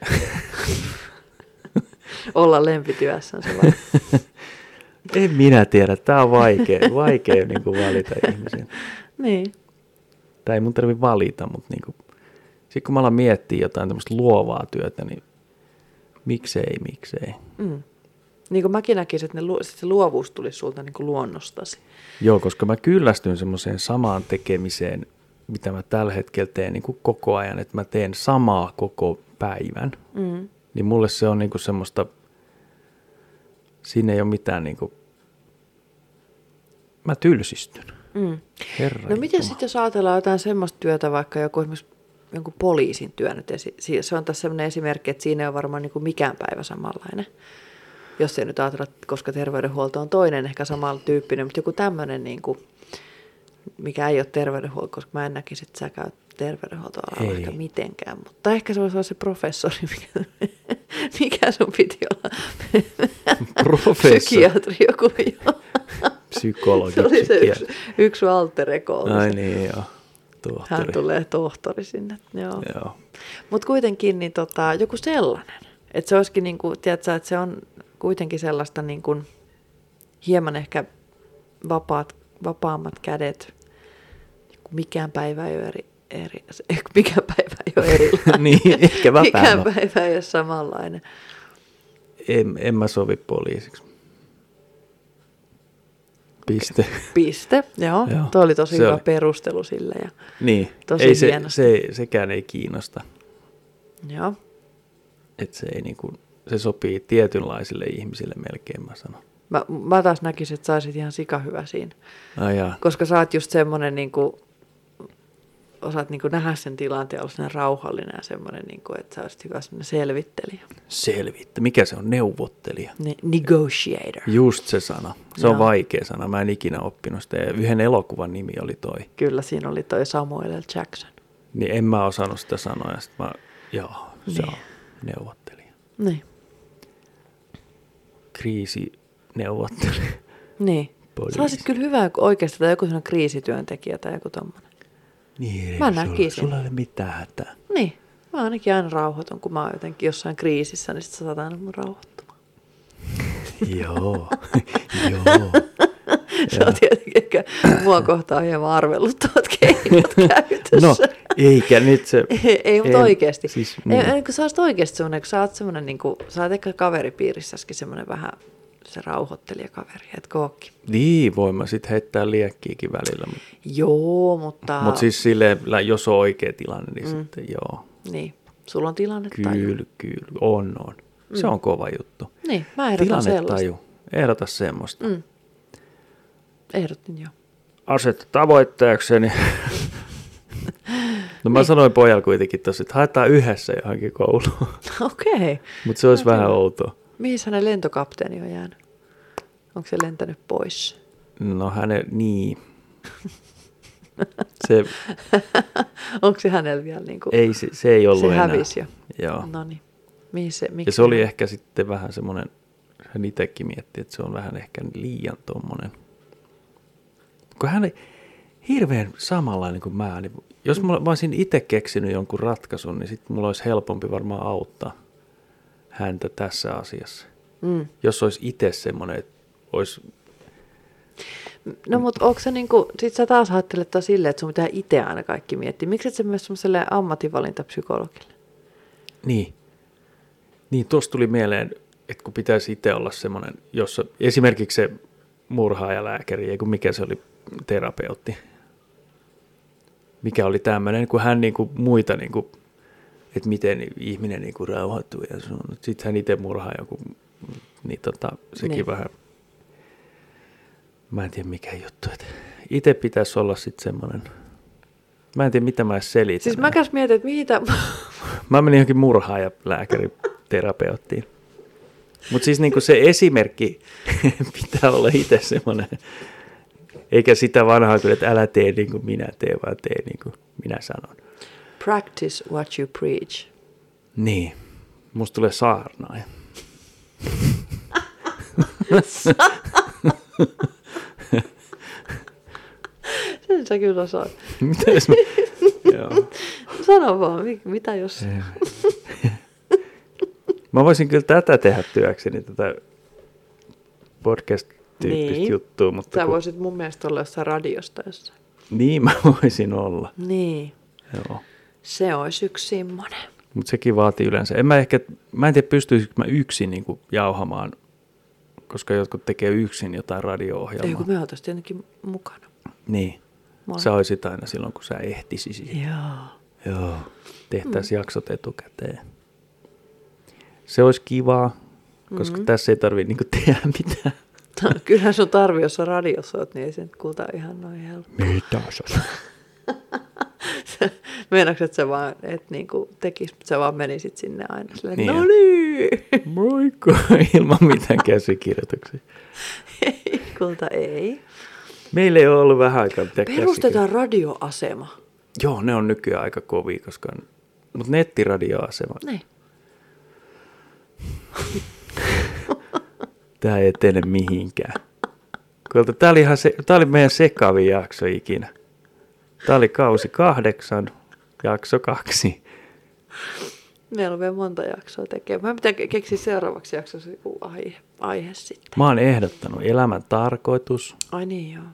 Olla lempityössänsä vai?
en minä tiedä. Tämä on vaikea, vaikea niin kuin valita ihmisiä.
Niin.
Tämä ei mun tarvitse valita, mutta niin kuin, sitten kun mä alan miettiä jotain tämmöistä luovaa työtä, niin miksei, miksei.
Mm. Niin kuin mäkin näkisin, että ne, se luovuus tulisi sulta niin kuin luonnostasi.
Joo, koska mä kyllästyn semmoiseen samaan tekemiseen, mitä mä tällä hetkellä teen niin kuin koko ajan, että mä teen samaa koko päivän.
Mm.
Niin mulle se on niin kuin semmoista, siinä ei ole mitään niin kuin, mä tylsistyn.
Mm.
Herra
No miten sitten, jos ajatellaan jotain semmoista työtä, vaikka joku esimerkiksi jonkun poliisin työ nyt, esi- se on tässä sellainen esimerkki, että siinä ei ole varmaan niin kuin mikään päivä samanlainen. Jos ei nyt ajatella, koska terveydenhuolto on toinen ehkä samalla tyyppinen, mutta joku tämmöinen, niin kuin, mikä ei ole terveydenhuolto, koska mä en näkisi, että sä käyt terveydenhuoltoalalla
Ei.
ehkä mitenkään. Mutta ehkä se voisi olla se professori, mikä, mikä sun piti olla.
Professori.
Psykiatri, joku jo.
Psykologi.
Se oli se
psykiatri.
yksi, yksi alter ego.
Ai niin, joo. Tohtori.
Hän tulee tohtori sinne. Joo.
Joo.
Mutta kuitenkin niin tota, joku sellainen. Että se olisikin, niinku, tiedätkö, että se on kuitenkin sellaista niinku, hieman ehkä vapaat, vapaammat kädet. Mikään päivä ei ole eri, eri mikään päivä ei ole erilainen.
Niin, ehkä
Mikään
vapaammat.
päivä ei ole samanlainen.
En, en mä sovi poliisiksi. Piste.
Piste, joo.
Joo,
Tuo oli tosi
se
hyvä
oli.
perustelu sille. Ja,
Niin,
Tosi
ei se,
hienosti.
se, sekään ei kiinnosta.
joo.
Että se, ei niinku, se sopii tietynlaisille ihmisille melkein, mä sanon.
Mä, mä taas näkisin, että sä olisit ihan sikahyvä siinä.
Ai jaa.
Koska sä oot just semmoinen, niin kuin, osaat niin kuin nähdä sen tilanteen, olla sellainen rauhallinen ja semmoinen, niin kuin, että sä olisit hyvä semmoinen selvittelijä.
Selvittä. Mikä se on? Neuvottelija.
Ne, negotiator.
Just se sana. Se on
Joo.
vaikea sana. Mä en ikinä oppinut sitä. Ja yhden elokuvan nimi oli toi.
Kyllä siinä oli toi Samuel L. Jackson.
Niin en mä osannut sitä sanoa. Ja sit mä, joo, se
Niin.
on neuvottelija.
Niin.
Kriisineuvottelija.
Niin.
Poliisi.
Sä olisit kyllä hyvä oikeasti tai joku sellainen kriisityöntekijä tai joku tommonen.
Niin,
Mä
sulla,
näkisin.
sulla ei ole mitään hätää.
Niin. Mä ainakin aina rauhoitun, kun mä oon jotenkin jossain kriisissä, niin sit sä saat aina mun rauhoittumaan.
Joo, joo.
Se on tietenkin ehkä mua kohtaan hieman arveluttavat keinot käytössä.
No, eikä nyt se...
Ei, ei mutta
en-
oikeasti.
Siis,
Ei,
niin.
ei, kun sä olisit oikeasti semmoinen, kun sä oot semmoinen, niin kuin, sä oot ehkä kaveripiirissäskin semmoinen vähän se rauhoittelijakaveri, etkö ookin?
Niin, voin mä sit heittää liekkiäkin välillä. Mutta
Joo, mutta...
mut siis silleen, jos on oikea tilanne, niin
Mm.
sitten joo.
Niin, sulla on tilannetaju.
Kyllä, kyllä, on, on. Se
Mm.
on kova juttu.
Niin, mä ehdotan sellaista.
Tilannetaju. Ehdota semmoista.
Mm. Ehdotin jo.
Asetta tavoitteekseni. No mä
Niin.
sanoin pojalle kuitenkin tossa, että haetaan yhdessä johonkin kouluun.
Okei. Okay.
Mutta se olisi
Mä
vähän
tiedän.
outoa.
Mihin hänen lentokapteeni on jäänyt? Onko se lentänyt pois?
No hänen, niin. Se,
Onko se hänellä vielä niin kuin...
ei, se, se ei ollut
se
enää.
hävisi jo.
Joo.
No niin. Mihin se, miksi
Ja se oli ehkä sitten vähän semmoinen, hän itsekin mietti, että se on vähän ehkä liian tommonen. Kun hän ei hirveän samanlainen kuin mä, niin jos mä, mä olisin itse keksinyt jonkun ratkaisun, niin sitten mulla olisi helpompi varmaan auttaa häntä tässä asiassa.
Mm.
Jos olisi itse semmoinen, että olisi...
No mutta onko se niinku, sit sä taas ajattelet taas silleen, että sun pitää itse aina kaikki miettiä. Miksi et sä myös semmoiselle ammatinvalintapsykologille?
Niin. Niin, tuossa tuli mieleen, että kun pitäisi itse olla semmoinen, jossa esimerkiksi se murhaajalääkäri, ei kun mikä se oli, terapeutti, mikä oli tämmöinen, kun hän niinku muita, niinku, että miten ihminen niinku rauhoittuu ja sitten hän itse murhaa joku, niin tota, sekin niin. Vähän, mä en tiedä mikä juttu, että itse pitäisi olla sitten semmoinen, mä en tiedä mitä mä edes selitän.
Siis mä käs mietin, että mitä...
Mä menin johonkin murhaajalääkäriterapeuttiin. Mutta siis niinku se esimerkki pitää olla itse semmoinen, eikä sitä vanhaa kyllä, että älä tee niin kuin minä teen, vaan tee niin kuin minä sanon.
Practice what you preach.
Niin. Musta tulee saarnaaja.
Sen sä kyllä osaat.
Mitä jos mä... Joo.
Sano vaan, mitä jos...
Mä voisin kyllä tätä tehdä työkseni, tätä podcast-tyyppistä
niin.
juttua. Mutta
sä
kun...
voisit mun mielestä olla jossain radiosta jossain.
Niin mä voisin olla.
Niin.
Joo.
Se olisi yksi semmoinen.
Mutta sekin vaatii yleensä. En mä ehkä, mä en tiedä pystyisikö mä yksin niin kuin jauhamaan, koska jotkut tekee yksin jotain radio-ohjelmaa.
Ei kun me oltaisiin tietenkin mukana.
Niin. Molemmat. Sä olisit aina silloin, kun sä ehtisisit.
Joo.
Joo. Tehtäisiin mm. jaksot etukäteen. Se olisi kivaa, koska mm-hmm. tässä ei tarvitse niinku tehdä mitään.
Kyllähän sun tarvii, jos on radiossa oot, niin ei sen kuulta ihan noin helppo.
Mitä sä?
Meinaatko, että sä vaan, et niinku tekis, sä vaan menisit sinne aina silleen,
niin
no niin.
Moikka, ilman mitään käsikirjoituksia.
Ei, kulta ei.
Meillä ei ole ollut vähän aikaa mitään
perustetaan radioasema.
Joo, ne on nykyään aika kovia, koska... Mutta nettiradioasema.
Niin.
Tää ei etene mihinkään. Tämä oli, ihan se, tämä oli meidän sekavin jakso ikinä. Tämä oli kausi kahdeksan, jakso kaksi.
Meillä on vielä monta jaksoa tekemään. Mä pitää keksiä seuraavaksi jaksossa joku aihe, aihe sitten.
Mä oon ehdottanut elämän tarkoitus.
Ai niin joo.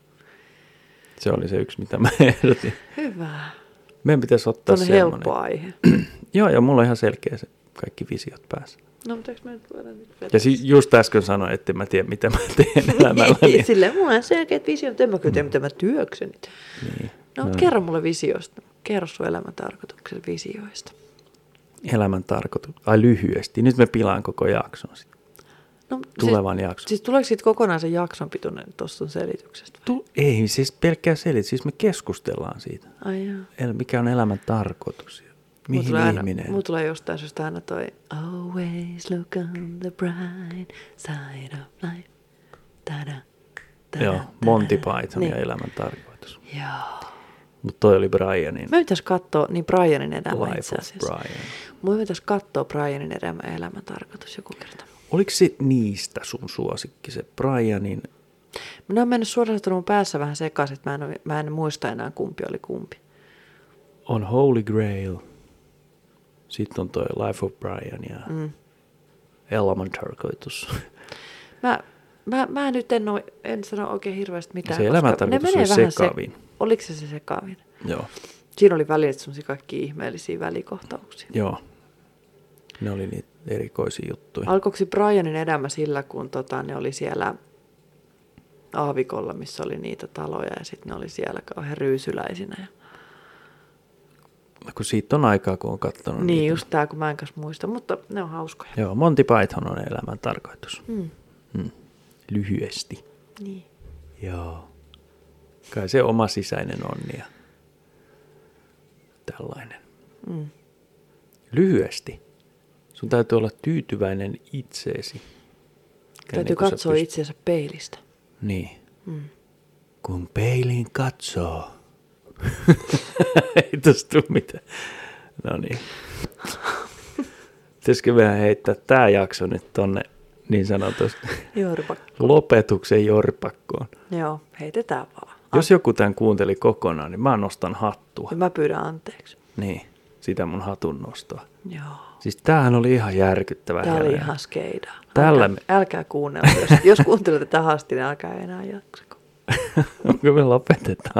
Se oli se yksi, mitä mä ehdotin.
Hyvä.
Meidän pitäisi ottaa
semmoinen.
helppo
aihe.
Joo, ja mulla on ihan selkeä se kaikki visiot päässä.
No, mutta eikö me nyt voida nyt vetää?
Ja siis just äsken sanoin, että mä tiedän, mitä mä teen elämällä.
Niin, silleen mulla on selkeät visiot, en mä kyllä tiedä, mitä mä työkseni teen.
Niin.
No, mutta kerro mulle visioista. Kerro sun elämän tarkoituksen visioista.
Elämän tarkoitus. Ai lyhyesti. Nyt me pilaan koko jakson sitten.
No,
Tulevan
siis,
jakson.
Siis tuleeko siitä kokonaan se jakson pituinen tuosta sun selityksestä?
Tu- ei, siis pelkkää selitys. Siis me keskustellaan siitä.
Ai joo.
El- mikä on elämän tarkoitus? Mihin
mulla
ihminen?
Mulla tulee jostain syystä aina toi always look on the bright side of life. Tada, tada,
joo,
tada.
Monty Python
niin.
Ja elämän tarkoitus.
Joo.
Mutta toi oli Brianin.
Me pitäisi katsoa, niin Brianin elämä
Life
itse asiassa.
of Brian.
Me pitäisi katsoa Brianin elämä, elämän tarkoitus joku kerta.
Oliko se niistä sun suosikki, se Brianin?
Minä olen mennyt suoraan mun päässä vähän sekaisin, että mä en, ole, mä en muista enää kumpi oli kumpi.
On Holy Grail. Sitten on toi Life of Brian ja mm. Elämän tarkoitus.
Mä, mä, mä nyt en, ole, en sano oikein hirveästi mitään.
Se elämän tarkoitus oli sekavin.
Se, oliko se se sekavin?
Joo.
Siinä oli välillä semmoisia kaikki ihmeellisiä välikohtauksia.
Joo. Ne oli niitä erikoisia juttuja.
Alkoiko Brianin elämä sillä, kun tota, ne oli siellä aavikolla, missä oli niitä taloja ja sitten ne oli siellä kauhean ryysyläisinä. Ja...
Kun siitä on aikaa, kun on katsonut
niin,
niitä.
just tämä, kun mä en kanssa muista, mutta ne on hauskoja.
Joo, Monty Python on elämän tarkoitus.
Mm.
Mm. Lyhyesti.
Niin.
Joo. Kai se oma sisäinen onni ja tällainen.
Mm.
Lyhyesti. Sun täytyy olla tyytyväinen itseesi.
Täytyy katsoa pyst- itseensä peilistä.
Niin.
Mm.
Kun peiliin katsoo. Ei tosta tule mitään. No niin. Pitäisikö vähän heittää tää jakso nyt tonne niin sanotusti lopetuksen jorpakkoon.
Joo, heitetään vaan.
Jos joku tämän kuunteli kokonaan, niin mä nostan hattua.
Ja mä pyydän anteeksi.
Niin, sitä mun hatun nostoa.
Joo.
Siis tämähän oli ihan järkyttävä.
Tää oli ihan skeidaa.
Tällä
älkää,
me...
älkää kuunnella. Jos, jos kuuntelette tähän asti, niin älkää enää jaksako.
Onko me lopetetaan?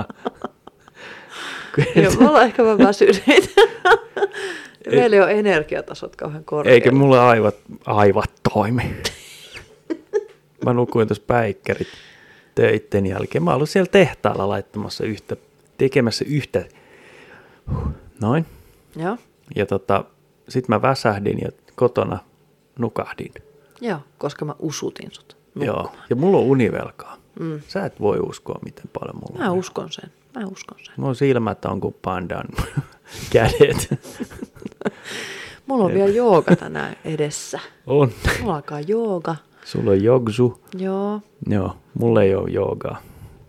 Joo, me ollaan ehkä vähän väsyneitä. Meillä ei ole energiatasot kauhean korkealla.
Eikä mulla aivat, aivat toimi. Mä nukuin tuossa päikkärit töitten jälkeen. Mä olin siellä tehtaalla laittamassa yhtä, tekemässä yhtä. Noin.
Joo.
Ja tota, sit mä väsähdin ja kotona nukahdin.
Joo, koska mä usutin sut nukkumaan.
Joo, ja mulla on univelkaa.
Mm.
Sä et voi uskoa, miten paljon mulla
Mä
on.
uskon sen. Mä uskon sen.
Mun silmät on kuin pandan kädet.
Mulla on vielä jooga tänään edessä.
On.
Mulla alkaa jooga.
Sulla on jogsu.
Joo.
Joo, mulla ei ole joogaa.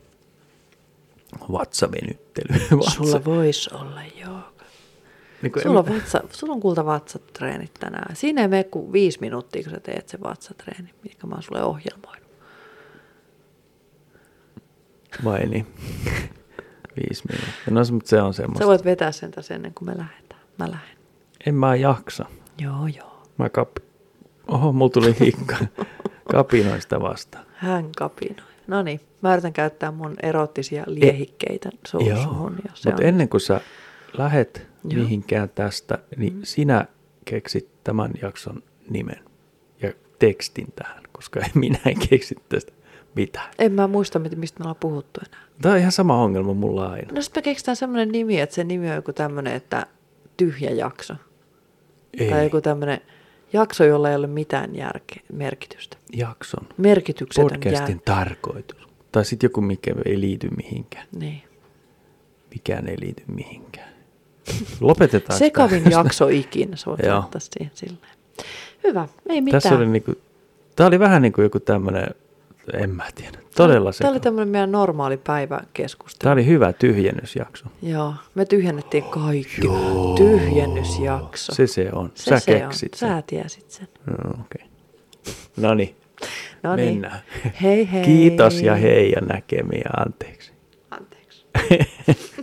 Vatsavenyttely. Vatsa.
Sulla voisi olla jooga.
Niin kuin
Sulla
en...
on, vatsa, sulla on kulta vatsatreenit tänään. Siinä ei mene kuin viisi minuuttia, kun sä teet sen vatsatreeni, mitkä mä oon sulle ohjelmoinut.
Vai niin? Viisi minuuttia. No mutta se on semmoista.
Sä voit vetää sen tässä ennen kuin me lähdetään. Mä lähden.
En mä jaksa.
Joo, joo.
Mä kap... Oho, mulla tuli hikka. Kapinoista vasta.
Hän kapinoi. No niin, mä yritän käyttää mun erottisia liehikkeitä su-
Joo,
suhun. Se
mutta
on...
ennen kuin sä lähet
Joo.
mihinkään tästä, niin
Mm.
sinä keksit tämän jakson nimen ja tekstin tähän, koska minä en keksi tästä mitään.
En mä muista, mit- mistä me ollaan puhuttu enää.
Tämä on ihan sama ongelma mulla aina.
No sitten me keksitään semmoinen nimi, että se nimi on joku tämmöinen, että tyhjä jakso.
Ei,
Tai joku tämmöinen jakso, jolla ei ole mitään järke- merkitystä.
jakson.
Merkityksetön
Podcastin
jär...
tarkoitus. Tai sitten joku, mikä ei liity mihinkään.
Niin.
Mikään ei liity mihinkään. Lopetetaan
Sekavin
sitä.
jakso ikinä, sä voit
Joo.
laittaa siihen silleen. Hyvä, ei mitään.
Tässä oli niinku, tää oli vähän niin kuin joku tämmöinen, en mä tiedä, todella
Tämä oli
sekava.
tämmöinen meidän normaali päiväkeskustelu.
Tämä oli hyvä tyhjennysjakso.
Joo, me tyhjennettiin kaikki.
Joo.
Tyhjennysjakso.
Se se on.
Se
Sä
se
keksit
on.
sen.
Sä tiesit sen.
No, okei. No niin,
No niin.
mennään.
Hei hei.
Kiitos ja hei ja näkemiä. Anteeksi.
Anteeksi.